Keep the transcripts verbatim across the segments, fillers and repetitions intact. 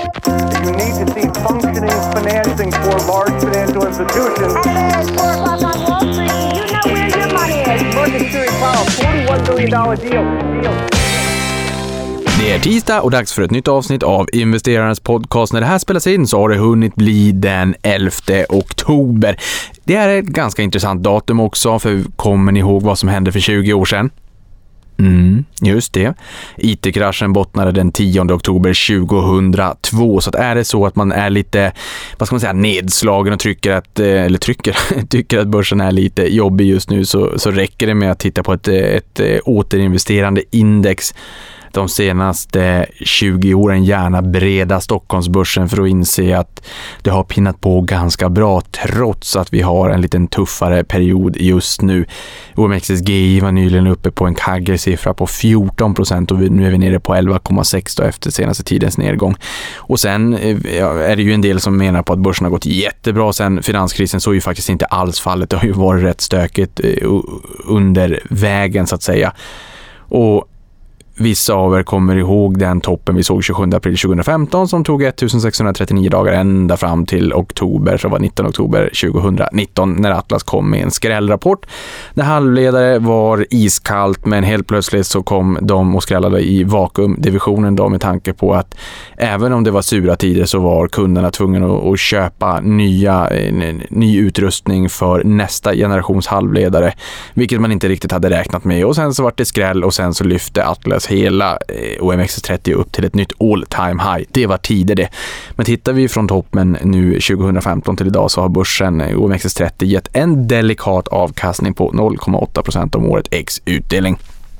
You need to see functioning financing for large financial institutions. And it's four o'clock on Wall Street. You know where your money is. Market Series Powell, forty-one billion dollars deal. deal. Det är tisdag och dags för ett nytt avsnitt av Investerarens podcast. När det här spelas in så har det hunnit bli den elfte oktober. Det är ett ganska intressant datum också, för kommer ni ihåg vad som hände för tjugo år sedan? Mm, just det. I T-kraschen bottnade den tionde oktober tjugohundratvå. Så att är det så att man är lite, vad ska man säga, nedslagen och trycker att, eller trycker, tycker att börsen är lite jobbig just nu, så, så räcker det med att titta på ett, ett, ett återinvesterande index de senaste tjugo åren, gärna breda Stockholmsbörsen, för att inse att det har pinnat på ganska bra trots att vi har en liten tuffare period just nu. O M X S G I var nyligen uppe på en C A G R-siffra på fjorton procent och nu är vi nere på elva komma sex då efter senaste tidens nedgång. Och sen ja, är det ju en del som menar på att börsen har gått jättebra sen finanskrisen. Så är ju faktiskt inte alls fallet. Det har ju varit rätt stökigt under vägen så att säga. Och vissa av er kommer ihåg den toppen vi såg tjugosjunde april tjugohundrafemton som tog ettusensexhundratrettionio dagar ända fram till oktober, så var nittonde oktober tjugohundranitton när Atlas kom med en skrällrapport. När halvledare var iskallt, men helt plötsligt så kom de och skrällade i vakuumdivisionen då, med tanke på att även om det var sura tider så var kunderna tvungna att, att köpa nya, ny utrustning för nästa generations halvledare, vilket man inte riktigt hade räknat med. Och sen så var det skräll och sen så lyfte Atlas hela O M X S trettio upp till ett nytt all time high. Det var tider det. Men tittar vi från toppen nu tjugohundrafemton till idag, så har börsen O M X S trettio gett en delikat avkastning på noll komma åtta procent om året ex utdelning.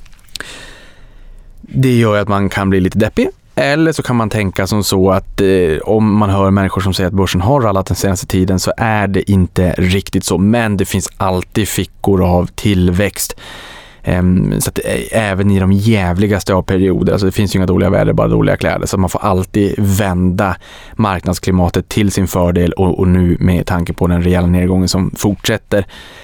Det gör att man kan bli lite deppig. Eller så kan man tänka som så att eh, om man hör människor som säger att börsen har rallat den senaste tiden, så är det inte riktigt så. Men det finns alltid fickor av tillväxt. Um, så att även i de jävligaste av perioder, alltså det finns ju inga dåliga väder, bara dåliga kläder, så man får alltid vända marknadsklimatet till sin fördel, och, och nu med tanke på den rejäla nedgången som fortsätter,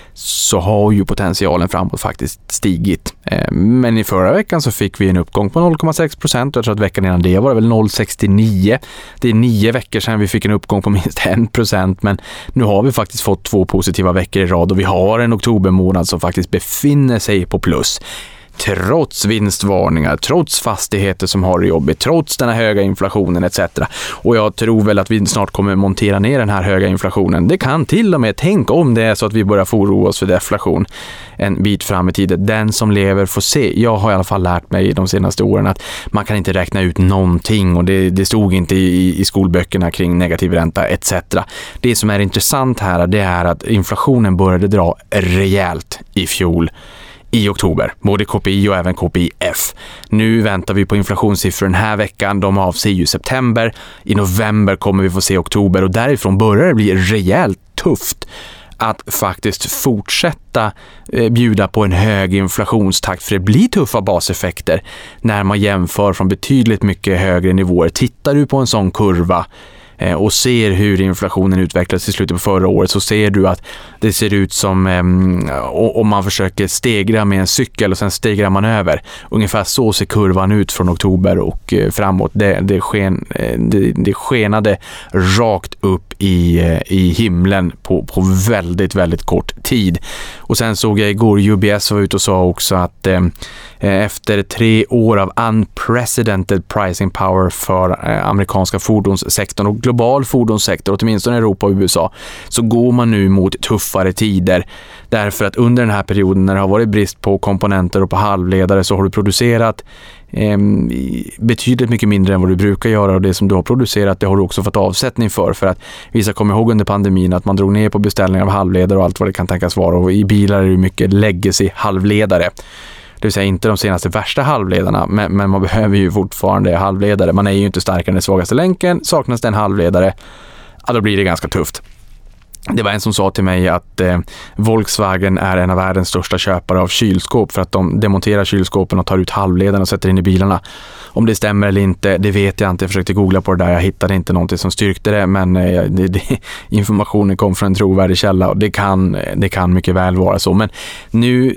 så har ju potentialen framåt faktiskt stigit. Men i förra veckan så fick vi en uppgång på noll komma sex procent och jag tror att veckan innan det var det väl noll komma sextionio. Det är nio veckor sedan vi fick en uppgång på minst en procent, men nu har vi faktiskt fått två positiva veckor i rad och vi har en oktobermånad som faktiskt befinner sig på plus. Trots vinstvarningar, trots fastigheter som har det jobbigt, trots den här höga inflationen et cetera. Och jag tror väl att vi snart kommer montera ner den här höga inflationen. Det kan till och med, tänk om det är så att vi börjar få oroa oss för deflation en bit fram i tiden. Den som lever får se. Jag har i alla fall lärt mig de senaste åren att man kan inte räkna ut någonting, och det, det stod inte i, i skolböckerna kring negativ ränta et cetera. Det som är intressant här, det är att inflationen började dra rejält i fjol. I oktober, både K P I och även K P I F. Nu väntar vi på inflationssiffror den här veckan, de avser ju september. I november kommer vi få se oktober, och därifrån börjar det bli rejält tufft att faktiskt fortsätta eh, bjuda på en hög inflationstakt, för det blir tuffa baseffekter när man jämför från betydligt mycket högre nivåer. Tittar du på en sån kurva och ser hur inflationen utvecklades i slutet på förra året, så ser du att det ser ut som um, om man försöker stegra med en cykel och sen stegrar man över. Ungefär så ser kurvan ut från oktober och uh, framåt. Det, det, sken, det, det skenade rakt upp i, i himlen på, på väldigt, väldigt kort tid. Och sen såg jag igår, U B S var ute och sa också att eh, efter tre år av unprecedented pricing power för eh, amerikanska fordonssektorn och global fordonssektor, åtminstone i Europa och U S A, så går man nu mot tuffare tider. Därför att under den här perioden när det har varit brist på komponenter och på halvledare, så har du producerat eh, betydligt mycket mindre än vad du brukar göra, och det som du har producerat, det har du också fått avsättning för. För att vissa kommer ihåg under pandemin att man drog ner på beställningar av halvledare och allt vad det kan tänkas vara, och i bilar är det mycket legacy halvledare. Det vill säga inte de senaste värsta halvledarna, men, men man behöver ju fortfarande halvledare. Man är ju inte starkare än den svagaste länken. Saknas det en halvledare, ja, då blir det ganska tufft. Det var en som sa till mig att eh, Volkswagen är en av världens största köpare av kylskåp, för att de demonterar kylskåpen och tar ut halvledarna och sätter in i bilarna. Om det stämmer eller inte, det vet jag inte. Jag försökte googla på det där, jag hittade inte någonting som styrkte det, men eh, det, det, informationen kom från en trovärdig källa, och det kan, det kan mycket väl vara så. Men nu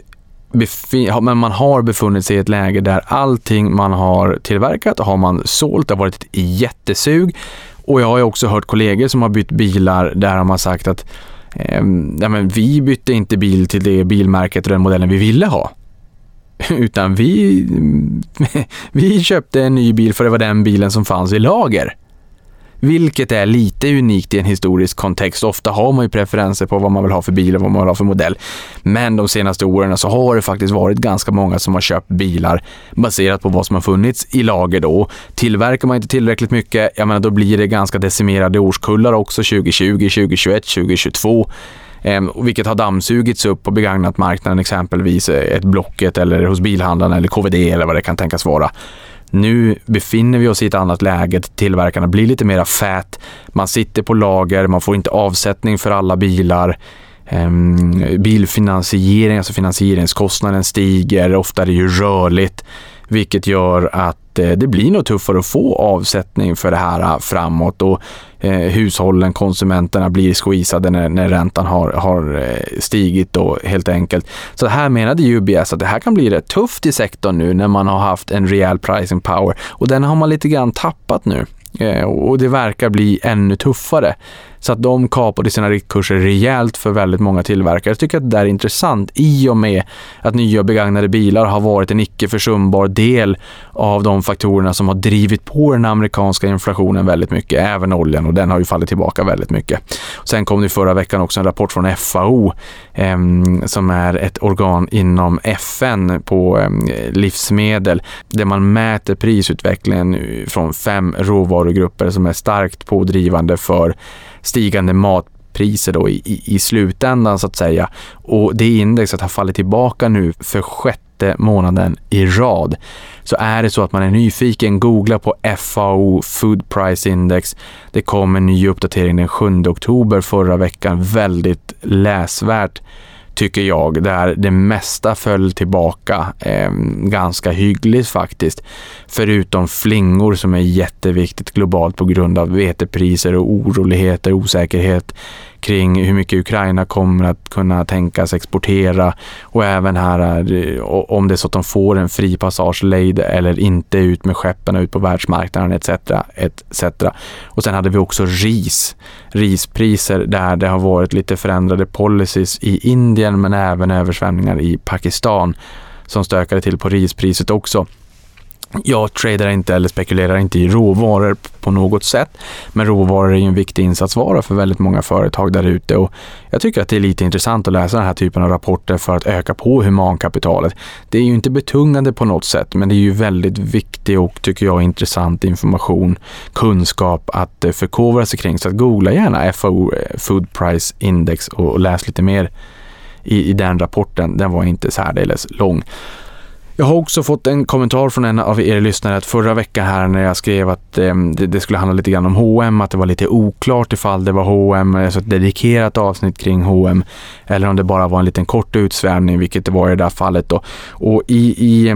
Befin- men man har befunnit sig i ett läge där allting man har tillverkat har man sålt. Det har varit ett jättesug. Och jag har ju också hört kollegor som har bytt bilar där de har sagt att eh, ja, men vi bytte inte bil till det bilmärket och den modellen vi ville ha. Utan vi, vi köpte en ny bil för det var den bilen som fanns i lager. Vilket är lite unikt i en historisk kontext. Ofta har man ju preferenser på vad man vill ha för bil och vad man vill ha för modell. Men de senaste åren så har det faktiskt varit ganska många som har köpt bilar baserat på vad som har funnits i lager då. Tillverkar man inte tillräckligt mycket, jag menar då blir det ganska decimerade årskullar också tjugo tjugo, tjugo tjugoett, tjugo tjugotvå. Eh, vilket har dammsugits upp på begagnat marknaden, exempelvis ett Blocket eller hos bilhandlarna eller K V D eller vad det kan tänkas vara. Nu befinner vi oss i ett annat läge. Tillverkarna blir lite mer fät. Man sitter på lager, man får inte avsättning för alla bilar. Ehm, bilfinansiering, alltså finansieringskostnaden stiger. Ofta är det ju rörligt, vilket gör att eh, det blir nog tuffare att få avsättning för det här framåt. Och eh, hushållen, konsumenterna blir squeezade när, när räntan har, har eh, stigit då, helt enkelt. Så här menade U B S att det här kan bli rätt tufft i sektorn nu när man har haft en rejäl pricing power. Och den har man lite grann tappat nu. Eh, och det verkar bli ännu tuffare. Så att de kapade sina riktkurser rejält för väldigt många tillverkare. Jag tycker att det där är intressant i och med att nya begagnade bilar har varit en icke försumbar del av de faktorerna som har drivit på den amerikanska inflationen väldigt mycket. Även oljan, och den har ju fallit tillbaka väldigt mycket. Sen kom det förra veckan också en rapport från F A O eh, som är ett organ inom F N på eh, livsmedel där man mäter prisutvecklingen från fem råvarugrupper som är starkt pådrivande för stigande matpriser då i, i, i slutändan så att säga. Och det indexet har fallit tillbaka nu för sjätte månaden i rad. Så är det så att man är nyfiken, googla på F A O Food Price Index. Det kom en ny uppdatering den sjunde oktober förra veckan. Väldigt läsvärt tycker jag, där det mesta föll tillbaka eh, ganska hyggligt faktiskt. Förutom flingor som är jätteviktigt globalt på grund av vetepriser och oroligheter, osäkerhet kring hur mycket Ukraina kommer att kunna tänkas exportera, och även här är, om det är så att de får en fri passagelejd eller inte ut med skeppen ut på världsmarknaden et cetera et cetera. Och sen hade vi också ris. Rispriser där det har varit lite förändrade policies i Indien men även översvämningar i Pakistan som stökade till på rispriset också. Jag tradar inte eller spekulerar inte i råvaror på något sätt, men råvaror är ju en viktig insatsvara för väldigt många företag där ute, och jag tycker att det är lite intressant att läsa den här typen av rapporter för att öka på humankapitalet. Det är ju inte betungande på något sätt, men det är ju väldigt viktig och tycker jag intressant information, kunskap att förkovra sig kring, så att googla gärna F A O Food Price Index och läs lite mer i, i den rapporten. Den var inte så här deles lång. Jag har också fått en kommentar från en av er lyssnare att förra veckan här när jag skrev att eh, det, det skulle handla lite grann om H och M, att det var lite oklart ifall det var H och M, alltså ett dedikerat avsnitt kring H och M, eller om det bara var en liten kort utsvävning, vilket det var i det där fallet då. Och i, i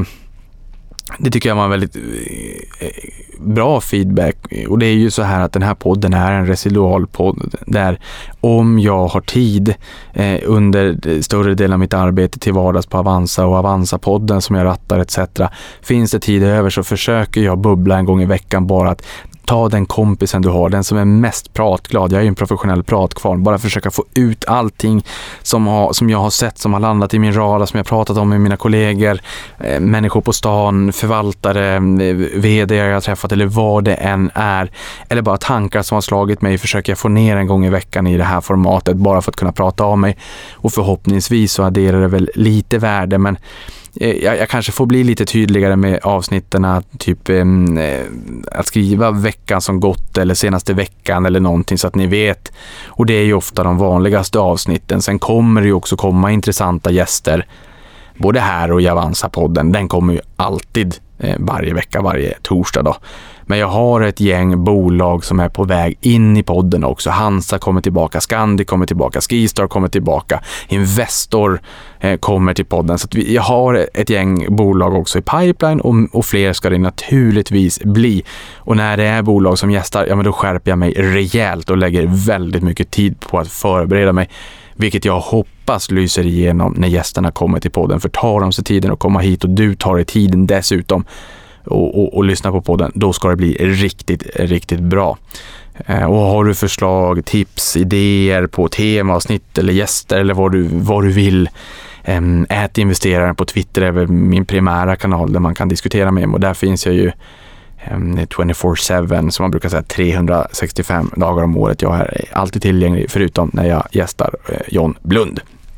det tycker jag var en väldigt eh, bra feedback, och det är ju så här att den här podden är en residualpodd där om jag har tid eh, under större delen av mitt arbete till vardags på Avanza och Avanza-podden som jag rattar et cetera. Finns det tid över så försöker jag bubbla en gång i veckan, bara att ta den kompisen du har, den som är mest pratglad. Jag är ju en professionell pratkvarn. Bara försöka få ut allting som, har, som jag har sett, som har landat i min radar, som jag pratat om med mina kollegor, eh, människor på stan, förvaltare, vd jag har träffat eller vad det än är. Eller bara tankar som har slagit mig försöker jag få ner en gång i veckan i det här formatet, bara för att kunna prata av mig. Och förhoppningsvis så adderar det väl lite värde, men Jag, jag kanske får bli lite tydligare med avsnitterna, typ eh, att skriva veckan som gått eller senaste veckan eller någonting så att ni vet. Och det är ju ofta de vanligaste avsnitten. Sen kommer det ju också komma intressanta gäster både här och i Avanza-podden. Den kommer ju alltid eh, varje vecka, varje torsdag då. Men jag har ett gäng bolag som är på väg in i podden också. Hansa kommer tillbaka, Scandi kommer tillbaka, Skistar kommer tillbaka, Investor eh, kommer till podden. Så att vi, jag har ett gäng bolag också i pipeline, och, och fler ska det naturligtvis bli. Och när det är bolag som gästar, ja men då skärper jag mig rejält och lägger väldigt mycket tid på att förbereda mig. vilket jag hoppas lyser igenom när gästerna kommer till podden. För tar de sig tiden att komma hit och du tar dig tiden dessutom och, och, och lyssna på podden, då ska det bli riktigt, riktigt bra. Och har du förslag, tips, idéer på temaavsnitt eller gäster eller vad du, vad du vill, ät investeraren på Twitter är min primära kanal där man kan diskutera med mig. Och där finns jag ju tjugofyra sju, som man brukar säga, trehundrasextiofem dagar om året. Jag är alltid tillgänglig förutom när jag gästar John Blund.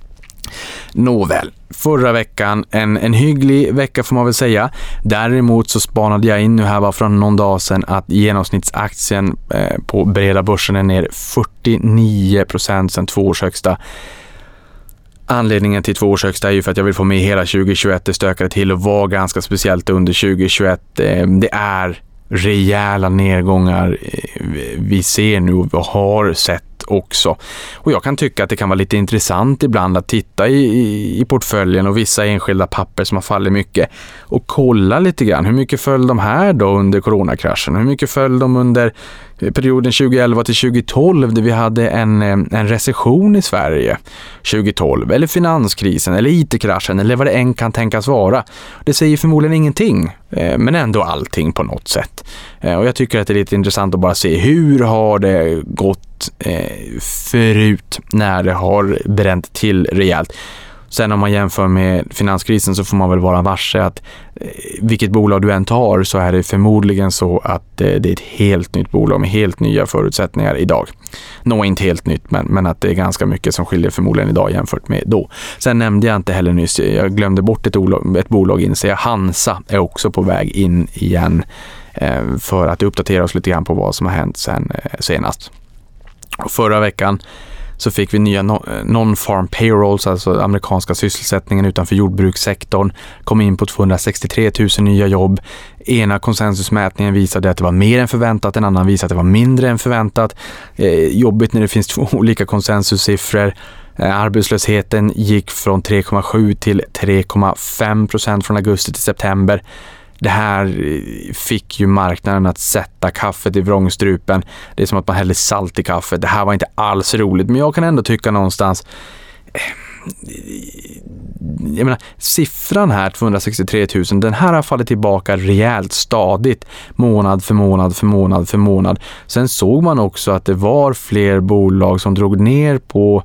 Nåväl, förra veckan, en, en hygglig vecka får man väl säga. Däremot så spanade jag in nu här bara från någon dag sedan att genomsnittsaktien eh, på breda börsen är ner fyrtionio procent sedan två års högsta. Anledningen till två års högsta är ju för att jag vill få med hela tjugohundratjugoett. Det stökade till och var ganska speciellt under tjugohundratjugoett. Eh, det är rejäla nedgångar vi ser nu och vi har sett också. Och jag kan tycka att det kan vara lite intressant ibland att titta i, i, i portföljen och vissa enskilda papper som har fallit mycket och kolla lite grann. Hur mycket föll de här då under coronakraschen? Hur mycket föll de under perioden tjugoelva till tjugotolv där vi hade en, en recession i Sverige tjugotolv, eller finanskrisen eller I T-kraschen eller vad det än kan tänkas vara. Det säger förmodligen ingenting, men ändå allting på något sätt. Och jag tycker att det är lite intressant att bara se hur har det gått förut när det har bränt till rejält. Sen om man jämför med finanskrisen så får man väl vara varse att eh, vilket bolag du än tar så är det förmodligen så att eh, det är ett helt nytt bolag med helt nya förutsättningar idag. Nå inte helt nytt, men, men att det är ganska mycket som skiljer förmodligen idag jämfört med då. Sen nämnde jag inte heller nyss, jag glömde bort ett, olo, ett bolag in, så Hansa är också på väg in igen eh, för att uppdatera oss lite grann på vad som har hänt sen eh, senast. Och förra veckan så fick vi nya non-farm payrolls, alltså amerikanska sysselsättningen utanför jordbrukssektorn, kom in på tvåhundrasextiotre tusen nya jobb. Ena konsensusmätningen visade att det var mer än förväntat, en annan visade att det var mindre än förväntat. Eh, jobbigt när det finns två olika konsensussiffror. Eh, arbetslösheten gick från tre komma sju till tre komma fem procent från augusti till september. Det här fick ju marknaden att sätta kaffet i vrångstrupen. Det är som att man häller salt i kaffet. Det här var inte alls roligt, men jag kan ändå tycka någonstans, jag menar, siffran här tvåhundrasextiotre tusen, den här har fallit tillbaka rejält stadigt månad för månad för månad för månad. Sen såg man också att det var fler bolag som drog ner på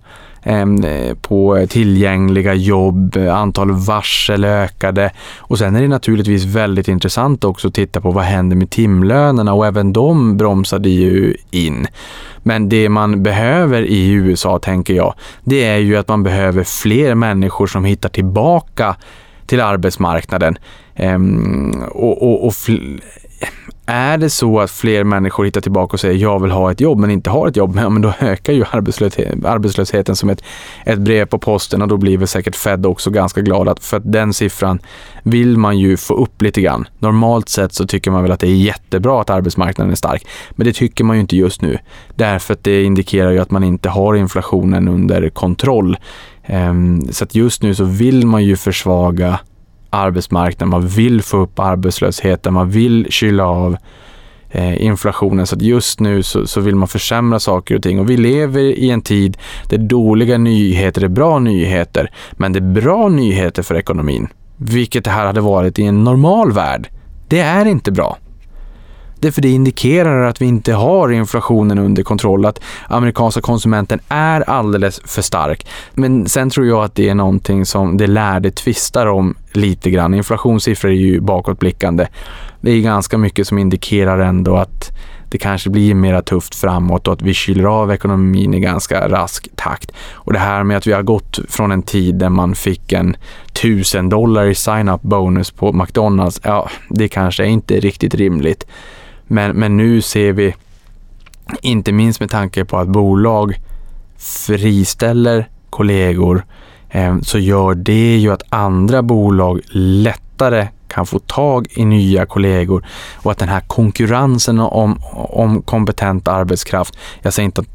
på tillgängliga jobb, antal varsel ökade, och sen är det naturligtvis väldigt intressant också att titta på vad händer med timlönerna, och även de bromsade ju in. Men det man behöver i U S A, tänker jag, det är ju att man behöver fler människor som hittar tillbaka till arbetsmarknaden. Ehm, och, och, och fl- är det så att fler människor hittar tillbaka och säger jag vill ha ett jobb men inte har ett jobb, men då ökar ju arbetslösheten, arbetslösheten som ett, ett brev på posten, och då blir väl säkert Fed också ganska glad att, för att den siffran vill man ju få upp lite grann. Normalt sett så tycker man väl att det är jättebra att arbetsmarknaden är stark, men det tycker man ju inte just nu. Därför att det indikerar ju att man inte har inflationen under kontroll. Ehm, så att just nu så vill man ju försvaga arbetsmarknaden, man vill få upp arbetslösheten, man vill kyla av eh, inflationen, så att just nu så, så vill man försämra saker och ting, och vi lever i en tid där dåliga nyheter är bra nyheter, men det är bra nyheter för ekonomin, vilket det här hade varit i en normal värld. Det är inte bra. Det är för det indikerar att vi inte har inflationen under kontroll, att amerikanska konsumenten är alldeles för stark. Men sen tror jag att det är någonting som det lärde tvistar om lite grann. Inflationssiffror är ju bakåtblickande. Det är ganska mycket som indikerar ändå att det kanske blir mer tufft framåt och att vi kyler av ekonomin i ganska rask takt. Och det här med att vi har gått från en tid där man fick en tusen dollar i sign-up bonus på McDonalds, ja, det kanske är inte riktigt rimligt. Men, men nu ser vi, inte minst med tanke på att bolag friställer kollegor, eh, så gör det ju att andra bolag lättare kan få tag i nya kollegor, och att den här konkurrensen om, om kompetent arbetskraft, jag säger inte att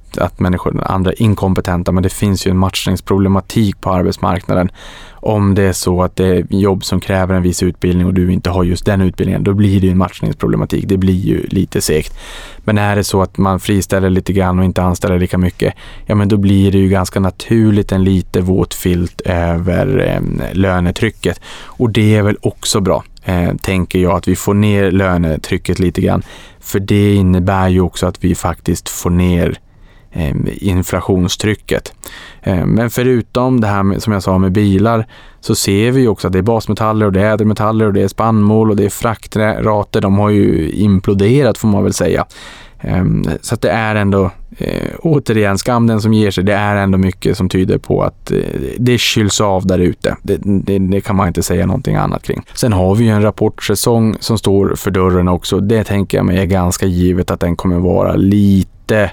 att, att människor andra är inkompetenta, men det finns ju en matchningsproblematik på arbetsmarknaden. Om det är så att det är jobb som kräver en viss utbildning och du inte har just den utbildningen, då blir det ju en matchningsproblematik. Det blir ju lite segt. Men är det så att man friställer lite grann och inte anställer lika mycket, ja men då blir det ju ganska naturligt en lite våt filt över eh, lönetrycket. Och det är väl också bra, eh, tänker jag, att vi får ner lönetrycket lite grann. För det innebär ju också att vi faktiskt får ner eh, inflationstrycket. Eh, men förutom det här med, som jag sa med bilar, så ser vi också att det är basmetaller och det är ädelmetaller och det är spannmål och det är fraktrater. De har ju imploderat, får man väl säga. Eh, så att det är ändå, eh, återigen, skam den som ger sig. Det är ändå mycket som tyder på att eh, det kyls av där ute. Det, det, det kan man inte säga någonting annat kring. Sen har vi ju en rapportsäsong som står för dörren också. Det tänker jag mig är ganska givet att den kommer vara lite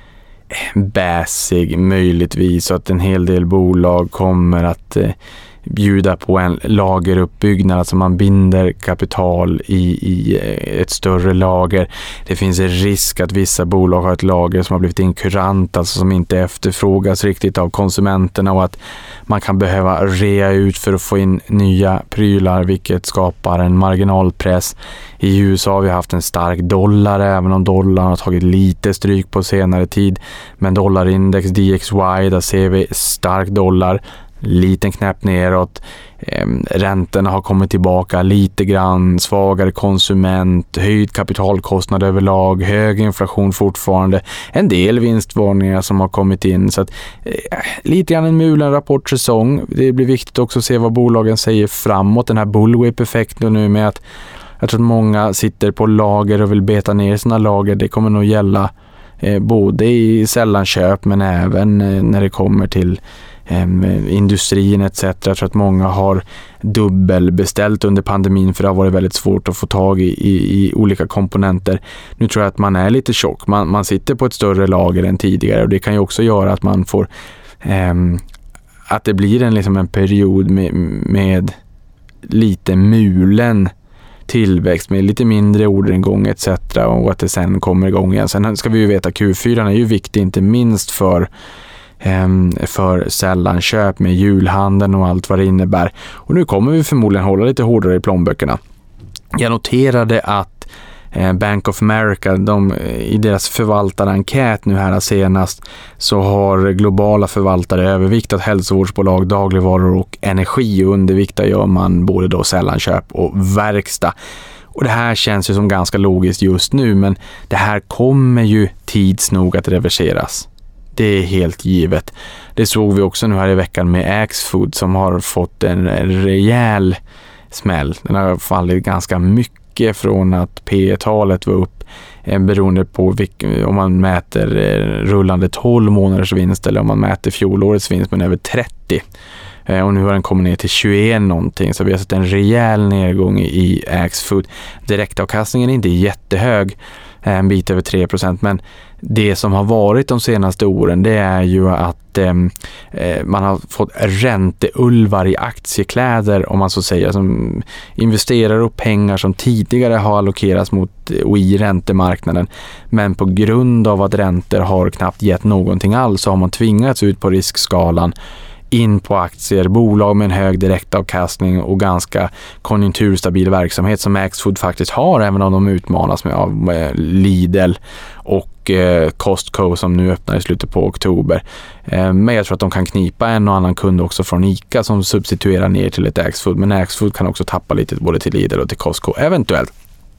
bäsig möjligtvis, så att en hel del bolag kommer att eh, bjuda på en lageruppbyggnad, alltså man binder kapital i, i ett större lager. Det finns en risk att vissa bolag har ett lager som har blivit inkurant, alltså som inte efterfrågas riktigt av konsumenterna, och att man kan behöva rea ut för att få in nya prylar, vilket skapar en marginalpress. I U S A har vi haft en stark dollar, även om dollarn har tagit lite stryk på senare tid. Men dollarindex D X Y, där ser vi stark dollar, liten knäpp neråt. Ehm, räntorna har kommit tillbaka lite grann, svagare konsument, höjd kapitalkostnad överlag, hög inflation fortfarande, en del vinstvarningar som har kommit in, så att eh, lite grann en mulen rapportsäsong. Det blir viktigt också att se vad bolagen säger framåt, den här bullwhip-effekten nu med att jag tror att många sitter på lager och vill beta ner sina lager. Det kommer nog gälla eh, både i sällanköp men även eh, när det kommer till industrin et cetera. Jag tror att många har dubbelbeställt under pandemin, för det har varit väldigt svårt att få tag i, i, i olika komponenter. Nu tror jag att man är lite tjock. Man, man sitter på ett större lager än tidigare, och det kan ju också göra att man får eh, att det blir en, liksom en period med, med lite mulen tillväxt, med lite mindre orderingång et cetera, och att det sen kommer igång igen. Sen ska vi ju veta att Q fyra är ju viktig, inte minst för för sällanköp med julhandeln och allt vad det innebär. Och nu kommer vi förmodligen hålla lite hårdare i plånböckerna. Jag noterade att Bank of America, de, i deras förvaltarenkät nu här senast, så har globala förvaltare överviktat hälsovårdsbolag, dagligvaror och energi, och underviktar gör man både då sällanköp och verkstad. Och det här känns ju som ganska logiskt just nu, men det här kommer ju tids nog att reverseras. Det är helt givet. Det såg vi också nu här i veckan med Axfood, som har fått en rejäl smäll. Den har fallit ganska mycket från att P E-talet var upp, beroende på vilk- om man mäter rullande tolv månaders vinst eller om man mäter fjolårets vinst, men över trettio. Och nu har den kommit ner till tjugoett någonting, så vi har sett en rejäl nedgång i Axfood. Direktavkastningen är inte jättehög, en bit över tre procent, men det som har varit de senaste åren, det är ju att eh, man har fått ränteulvar i aktiekläder, om man så säger, som investerar upp pengar som tidigare har allokerats mot och i räntemarknaden, men på grund av att räntor har knappt gett någonting alls, så har man tvingats ut på riskskalan in på aktier, bolag med en hög direktavkastning och ganska konjunkturstabil verksamhet som Axfood faktiskt har, även om de utmanas med av Lidl och eh, Costco som nu öppnar i slutet på oktober. Eh, men jag tror att de kan knipa en och annan kund också från ICA som substituerar ner till ett Axfood, men Axfood kan också tappa lite både till Lidl och till Costco eventuellt.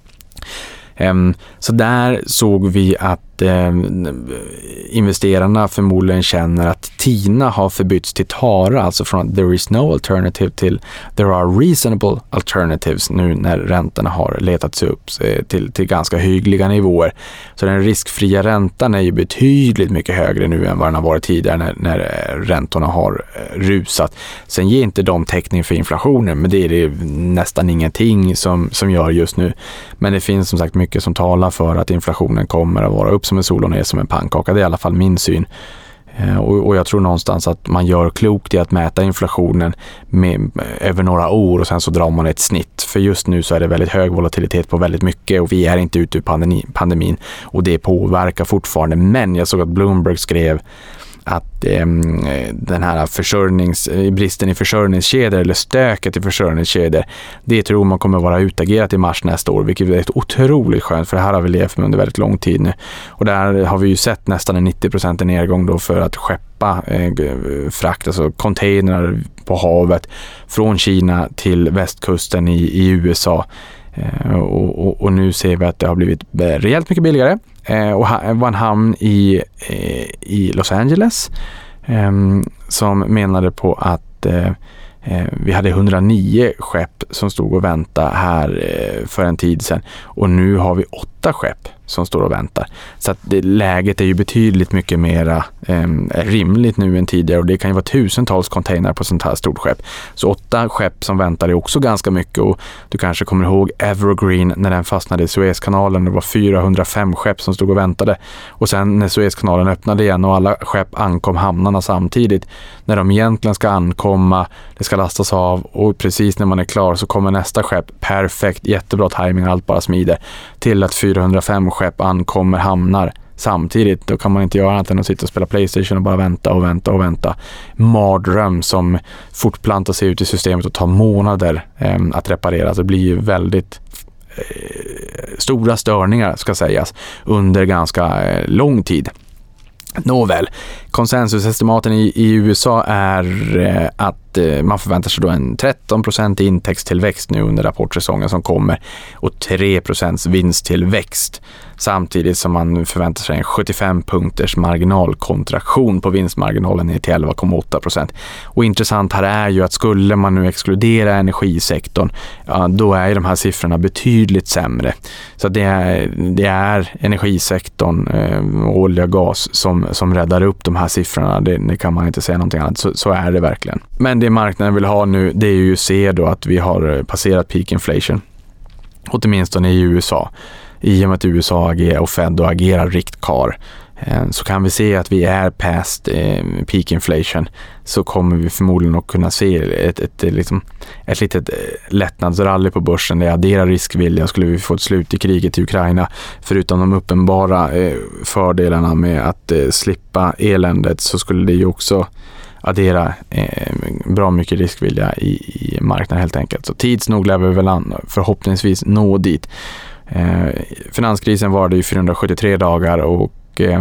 Um, så där såg vi att um, investerarna förmodligen känner att Tina har förbytts till Tara, alltså från there is no alternative till there are reasonable alternatives, nu när räntorna har letat sig upp till, till ganska hyggliga nivåer. Så den riskfria räntan är ju betydligt mycket högre nu än vad den har varit tidigare när, när räntorna har rusat. Sen ger inte de täckning för inflationen, men det är det nästan ingenting som, som gör just nu. Men det finns som sagt mycket som talar för att inflationen kommer att vara upp som en sol och ner som en pannkaka. Det är i alla fall min syn. Och, och jag tror någonstans att man gör klokt i att mäta inflationen med, över några år och sen så drar man ett snitt. För just nu så är det väldigt hög volatilitet på väldigt mycket och vi är inte ute ur pandemi, pandemin och det påverkar fortfarande. Men jag såg att Bloomberg skrev att eh, den här försörjnings, bristen i försörjningskedjor eller stöket i försörjningskedjor, det tror man kommer vara utagerat i mars nästa år, vilket är ett otroligt skönt, för det här har vi levt med under väldigt lång tid nu. Och där har vi ju sett nästan en nittio procent nedgång då för att skeppa eh, frakt, alltså containrar på havet från Kina till västkusten i, i U S A. Eh, och, och, och nu ser vi att det har blivit rejält mycket billigare. Eh, och ha, var en hamn i, eh, i Los Angeles eh, som menade på att eh, eh, vi hade hundranio skepp som stod och väntade här eh, för en tid sedan och nu har vi åtta skepp som står och väntar. Så att det, läget är ju betydligt mycket mera eh, rimligt nu än tidigare och det kan ju vara tusentals container på sånt här stort skepp. Så åtta skepp som väntar är också ganska mycket och du kanske kommer ihåg Evergreen när den fastnade i Suezkanalen. Det var fyrahundrafem skepp som stod och väntade och sen när Suezkanalen öppnade igen och alla skepp ankom hamnarna samtidigt när de egentligen ska ankomma, det ska lastas av och precis när man är klar så kommer nästa skepp, perfekt, jättebra timing, allt bara smider till att fyrahundrafem skepp ankommer, hamnar samtidigt. Då kan man inte göra annat än att sitta och spela PlayStation och bara vänta och vänta och vänta. Mardröm som fortplantar sig ut i systemet och tar månader eh, att reparera. Så det blir ju väldigt eh, stora störningar ska sägas under ganska eh, lång tid. Nåväl, konsensusestimaten i, i U S A är eh, att eh, man förväntar sig då en tretton procent intäktstillväxt nu under rapportsäsongen som kommer och tre procent vinsttillväxt samtidigt som man förväntar sig en sjuttiofem punkters marginalkontraktion på vinstmarginalen ner till elva komma åtta procent. Och intressant här är ju att skulle man nu exkludera energisektorn, ja, då är de här siffrorna betydligt sämre. Så det är, det är energisektorn, eh, olja och gas som, som räddar upp de här siffrorna. Det, det kan man inte säga någonting annat. Så, så är det verkligen. Men det marknaden vill ha nu, det är ju att se då att vi har passerat peak inflation. Åtminstone i U S A. I och med att U S A agerar och Fed och agerar riktkar så kan vi se att vi är past eh, peak inflation, så kommer vi förmodligen att kunna se ett, ett, ett, liksom, ett litet lättnadsrally på börsen. Det adderar riskvilja. Skulle vi få ett slut i kriget i Ukraina, förutom de uppenbara eh, fördelarna med att eh, slippa eländet, så skulle det ju också addera eh, bra mycket riskvilja i, i marknaden helt enkelt. Så tids nog lär vi väl an, förhoppningsvis nå dit. Eh, finanskrisen var det ju fyrahundrasjuttiotre dagar och eh,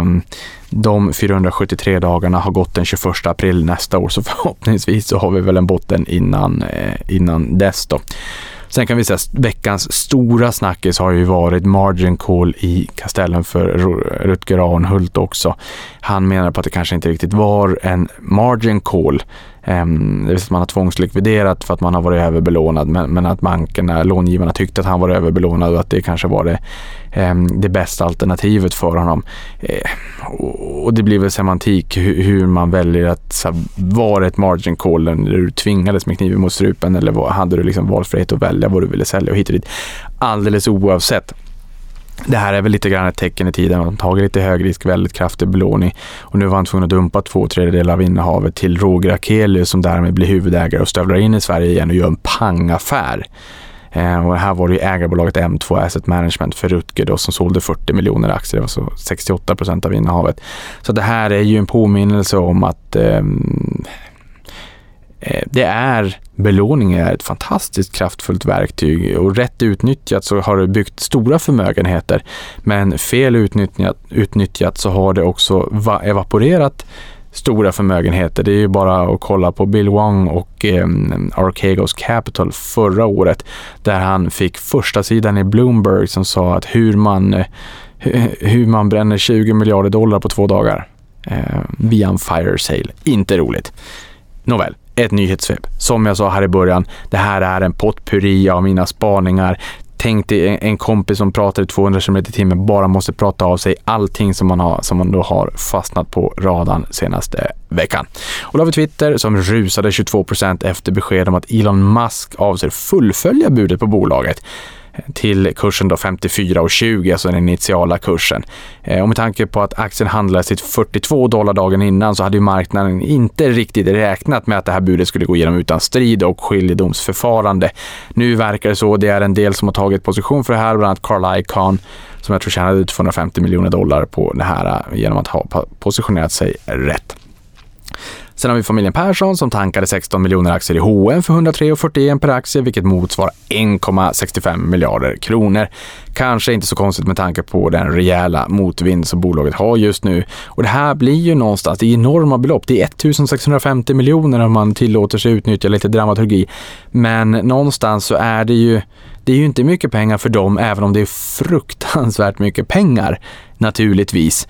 de fyrahundrasjuttiotre dagarna har gått den tjugoförsta april nästa år, så förhoppningsvis så har vi väl en botten innan, eh, innan dess då. Sen kan vi säga att veckans stora snackis har ju varit margin call i Castellum för Rutger Arnhult också. Han menar på att det kanske inte riktigt var en margin call. Um, det vill säga att man har tvångslikviderat för att man har varit överbelånad, men, men att bankerna, långivarna tyckte att han var överbelånad och att det kanske var det, um, det bästa alternativet för honom. Uh, och, och det blir väl semantik hur, hur man väljer att så, var ett margin call när du tvingades med kniven mot strupen, eller var, hade du liksom valfrihet att välja vad du ville sälja och hit och dit. Alldeles oavsett. Det här är väl lite grann ett tecken i tiden. Man har tagit lite hög risk, väldigt kraftig belåning. Och nu var han tvungen att dumpa två tredjedelar av innehavet till Roger Akelius, som därmed blir huvudägare och stövlar in i Sverige igen och gör en pangaffär. Eh, och här var det ju ägarbolaget M två Asset Management för Rutger då, som sålde fyrtio miljoner aktier. Det var så sextioåtta procent av innehavet. Så det här är ju en påminnelse om att eh, det är belåning är ett fantastiskt kraftfullt verktyg, och rätt utnyttjat så har det byggt stora förmögenheter, men fel utnyttjat, utnyttjat så har det också evaporerat stora förmögenheter. Det är ju bara att kolla på Bill Wong och eh, Archegos Capital förra året, där han fick första sidan i Bloomberg som sa att hur man, eh, hur man bränner tjugo miljarder dollar på två dagar eh, via en fire sale. Inte roligt. Nåväl, ett nyhetssvep. Som jag sa här i början, det här är en potpurri av mina spaningar. Tänk dig en kompis som pratar i tvåhundra kilometer i timmen bara måste prata av sig allting som man, har, som man då har fastnat på radarn senaste veckan. Och då har vi Twitter som rusade tjugotvå procent efter besked om att Elon Musk avser fullfölja budet på bolaget. till kursen då femtiofyra komma tjugo, alltså den initiala kursen. Eh, och med tanke på att aktien handlades till fyrtiotvå dollar dagen innan så hade ju marknaden inte riktigt räknat med att det här budet skulle gå igenom utan strid och skiljedomsförfarande. Nu verkar det så, det är en del som har tagit position för det här, bland annat Carl Icahn som jag tror tjänade tvåhundrafemtio miljoner dollar på det här genom att ha positionerat sig rätt. Sen har vi familjen Persson som tankade sexton miljoner aktier i H och M för hundratre komma fyrtioen per aktie, vilket motsvarar en komma sextiofem miljarder kronor. Kanske inte så konstigt med tanke på den rejäla motvind som bolaget har just nu. Och det här blir ju någonstans, det är enorma belopp. Det är ettusensexhundrafemtio miljoner om man tillåter sig utnyttja lite dramaturgi. Men någonstans så är det ju, det är ju inte mycket pengar för dem, även om det är fruktansvärt mycket pengar naturligtvis.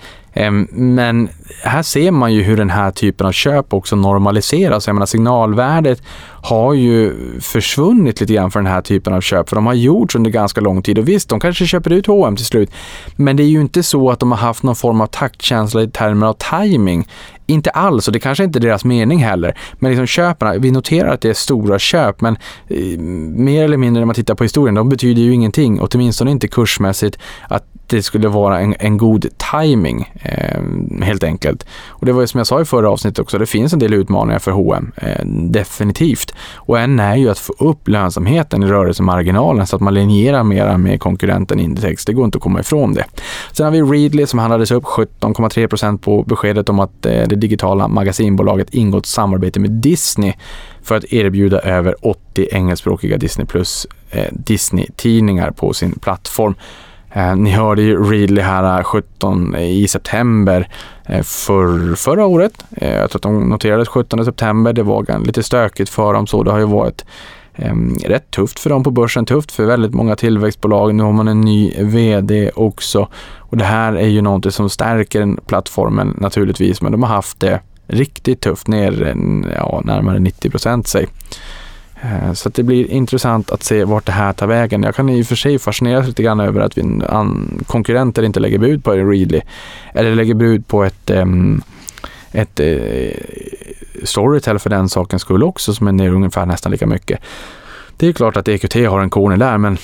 Men här ser man ju hur den här typen av köp också normaliseras. Jag menar, signalvärdet har ju försvunnit lite grann för den här typen av köp, för de har gjorts under ganska lång tid. Och visst, de kanske köper ut H och M till slut, men det är ju inte så att de har haft någon form av taktkänsla i termer av timing. Inte alls, och det kanske inte är deras mening heller. Men liksom köparna, vi noterar att det är stora köp, men eh, mer eller mindre när man tittar på historien, de betyder ju ingenting, och åtminstone inte kursmässigt att det skulle vara en, en god timing eh, helt enkelt. Och det var ju som jag sa i förra avsnittet också, det finns en del utmaningar för H och M, eh, definitivt. Och en är ju att få upp lönsamheten i rörelsemarginalen så att man linjerar mera med konkurrenten Inditex. Det går inte att komma ifrån det. Sen har vi Readly som handlades upp sjutton komma tre procent på beskedet om att eh, det digitala magasinbolaget ingått samarbete med Disney för att erbjuda över åttio engelskspråkiga Disney Plus eh, Disney-tidningar på sin plattform. Eh, ni hörde ju Readly här sjutton i september eh, för förra året. Eh, jag tror att de noterades sjuttonde september. Det var lite stökigt för dem, så det har ju varit eh, rätt tufft för dem på börsen, tufft för väldigt många tillväxtbolag. Nu har man en ny vd också, och det här är ju något som stärker den plattformen naturligtvis, men de har haft det riktigt tufft, ner ja, närmare nittio procent sig. Så att det blir intressant att se vart det här tar vägen. Jag kan i och för sig fascineras lite grann över att vi an- konkurrenter inte lägger bud på Readly, eller lägger bud på ett, um, ett uh, Storytel för den saken skulle också, som är ner ungefär nästan lika mycket. Det är klart att E Q T har en korn där, men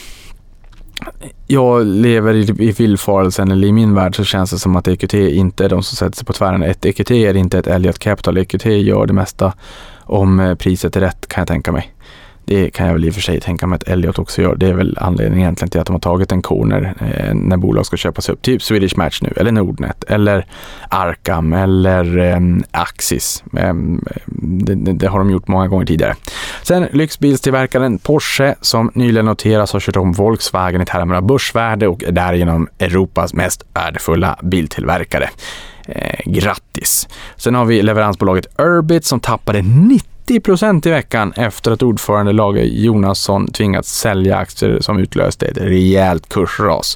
jag lever i, i villfarelsen, eller i min värld så känns det som att E Q T inte är de som sätter sig på tvären. Ett E Q T är inte ett Elliott Capital. E Q T gör det mesta om priset är rätt, kan jag tänka mig. Det kan jag väl i och för sig tänka mig att Elliott också gör. Det är väl anledningen egentligen till att de har tagit en corner eh, när bolag ska köpas upp. Typ Swedish Match nu, eller Nordnet, eller Arkham, eller eh, Axis. Eh, det, det, det har de gjort många gånger tidigare. Sen lyxbilstillverkaren Porsche, som nyligen noteras, har kört om Volkswagen i termer av börsvärde och är därigenom Europas mest värdefulla biltillverkare. Eh, grattis! Sen har vi leveransbolaget Urbit som tappade nittio procent i veckan efter att ordförande Lage Jonasson tvingats sälja aktier som utlöste ett rejält kursras.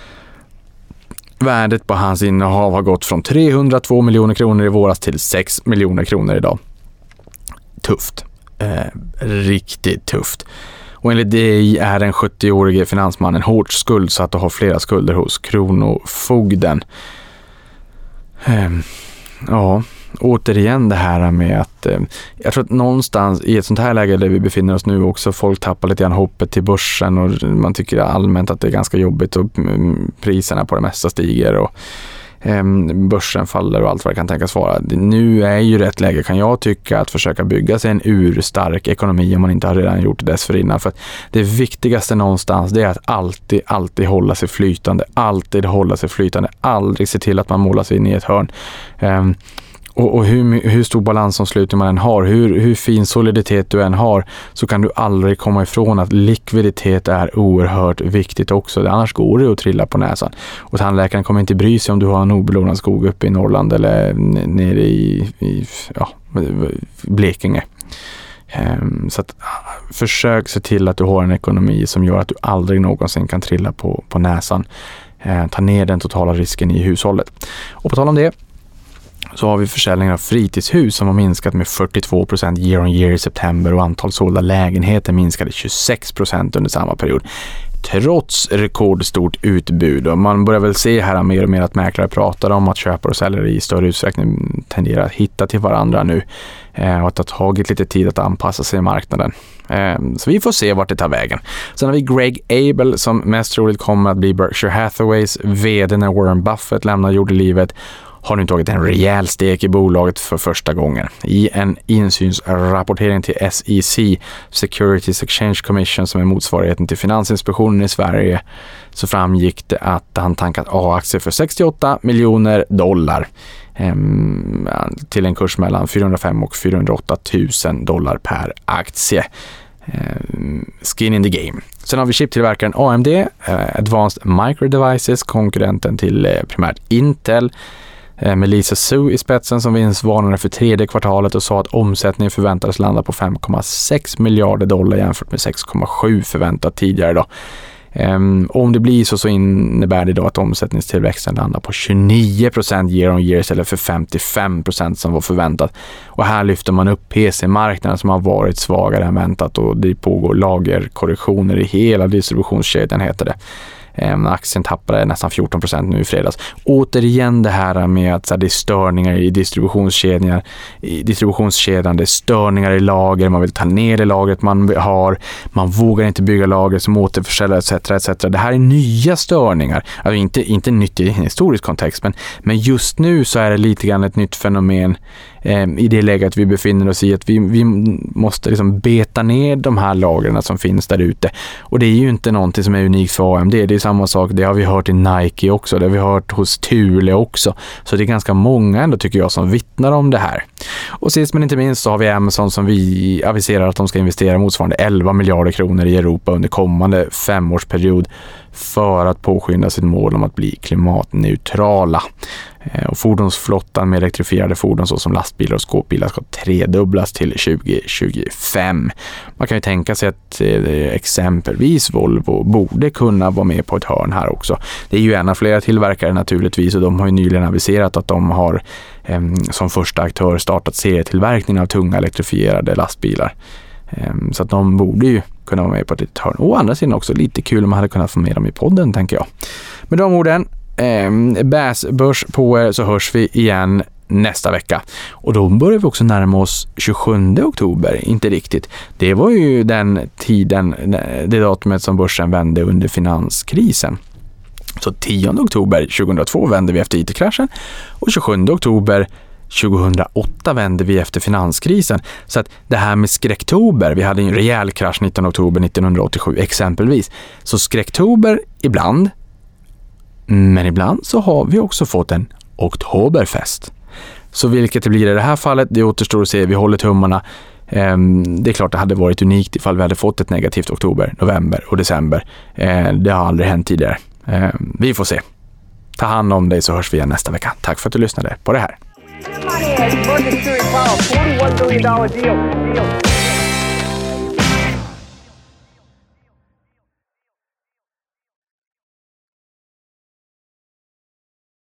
Värdet på hans innehav har gått från trehundratvå miljoner kronor i våras till sex miljoner kronor idag. Tufft. Eh, riktigt tufft. Och enligt D I är den sjuttioårige finansmannen hårt skuldsatt och har flera skulder hos Kronofogden. Eh, ja... Återigen det här med att eh, jag tror att någonstans i ett sånt här läge där vi befinner oss nu också, folk tappar lite grann hoppet till börsen och man tycker allmänt att det är ganska jobbigt och mm, priserna på det mesta stiger och eh, börsen faller och allt vad det kan tänkas vara. Det, nu är ju rätt läge, kan jag tycka, att försöka bygga sig en urstark ekonomi om man inte har redan gjort det dessförinnan, för att det viktigaste någonstans, det är att alltid, alltid hålla sig flytande, alltid hålla sig flytande, aldrig se till att man målar sig in i ett hörn. Eh, Och, och hur, hur stor balansomslutning man än har, hur, hur fin soliditet du än har, så kan du aldrig komma ifrån att likviditet är oerhört viktigt också. Annars går det att trilla på näsan. Och tandläkaren kommer inte bry sig om du har en obelånad skog uppe i Norrland eller nere i, i ja, Blekinge. Um, så att, försök se till att du har en ekonomi som gör att du aldrig någonsin kan trilla på, på näsan. Uh, ta ner den totala risken i hushållet. Och på tal om det, så har vi försäljningen av fritidshus som har minskat med fyrtiotvå procent year on year i september, och antal sålda lägenheter minskade tjugosex procent under samma period. trots rekordstort utbud. Och man börjar väl se här mer och mer att mäklare pratar om att köpare och säljare i större utsträckning tenderar att hitta till varandra nu eh, och att det har tagit lite tid att anpassa sig i marknaden. Eh, så vi får se vart det tar vägen. Sen har vi Greg Abel som mest troligt kommer att bli Berkshire Hathaways vd när Warren Buffett lämnar jordelivet. Har nu tagit en rejäl stek i bolaget för första gången. I en insynsrapportering till S E C, Securities Exchange Commission, som är motsvarigheten till Finansinspektionen i Sverige, så framgick det att han tankat A-aktier för sextioåtta miljoner dollar ehm, till en kurs mellan fyrahundrafem och fyrahundraåtta tusen dollar per aktie. Ehm, skin in the game. Sen har vi chiptillverkaren A M D, eh, Advanced Micro Devices, konkurrenten till eh, primärt Intel, med Lisa Su i spetsen, som vinstvarnade för tredje kvartalet och sa att omsättningen förväntades landa på fem komma sex miljarder dollar jämfört med sex komma sju förväntat tidigare då. Um, om det blir så så innebär det då att omsättningstillväxten landar på tjugonio procent year on year istället för femtiofem procent som var förväntat. Och här lyfter man upp P C-marknaden som har varit svagare än väntat, och det pågår lagerkorrektioner i hela distributionskedjan, heter det. Um, aktien tappade nästan fjorton procent nu i fredags. Återigen det här med att så här, det är störningar i distributionskedjan, i distributionskedjan, det är störningar i lager, man vill ta ner det lagret man har, man vågar inte bygga lager som återförsäljare et cetera et cetera. Det här är nya störningar. Alltså inte, inte nytt i historisk kontext, men, men just nu så är det lite grann ett nytt fenomen eh, i det läget vi befinner oss i, att vi, vi måste liksom beta ner de här lagren som finns där ute. Och det är ju inte någonting som är unikt för A M D, det är samma sak, det har vi hört i Nike också, det har vi hört hos Thule också. Så det är ganska många ändå, tycker jag, som vittnar om det här. Och sist men inte minst så har vi Amazon som vi aviserar att de ska investera motsvarande elva miljarder kronor i Europa under kommande femårsperiod för att påskynda sitt mål om att bli klimatneutrala. Och fordonsflottan med elektrifierade fordon såsom lastbilar och skåpbilar ska tredubblas till tjugo tjugofem. Man kan ju tänka sig att eh, exempelvis Volvo borde kunna vara med på ett hörn här också. Det är ju en av flera tillverkare naturligtvis, och de har ju nyligen aviserat att de har eh, som första aktör startat serietillverkning av tunga elektrifierade lastbilar. Eh, så att de borde ju kunna vara med på ett hörn. Och å andra sidan också lite kul om man hade kunnat få med dem i podden, tänker jag. Med de orden, Eh, Bäsbörs på er, så hörs vi igen nästa vecka. Och då börjar vi också närma oss tjugosjunde oktober, inte riktigt. Det var ju den tiden, det datumet som börsen vände under finanskrisen. Så tionde oktober tjugohundratvå vände vi efter I T-kraschen och tjugosjunde oktober tjugohundraåtta vände vi efter finanskrisen. Så att det här med skräcktober, vi hade en rejäl krasch nittonde oktober nittonhundraåttiosju exempelvis. Så skräcktober ibland, men ibland så har vi också fått en oktoberfest. Så vilket det blir i det här fallet, det återstår att se. Vi håller tummarna. Det är klart det hade varit unikt ifall vi hade fått ett negativt oktober, november och december. Det har aldrig hänt tidigare. Vi får se. Ta hand om dig, så hörs vi igen nästa vecka. Tack för att du lyssnade på det här. Your money is forty-one billion dollars deal. deal.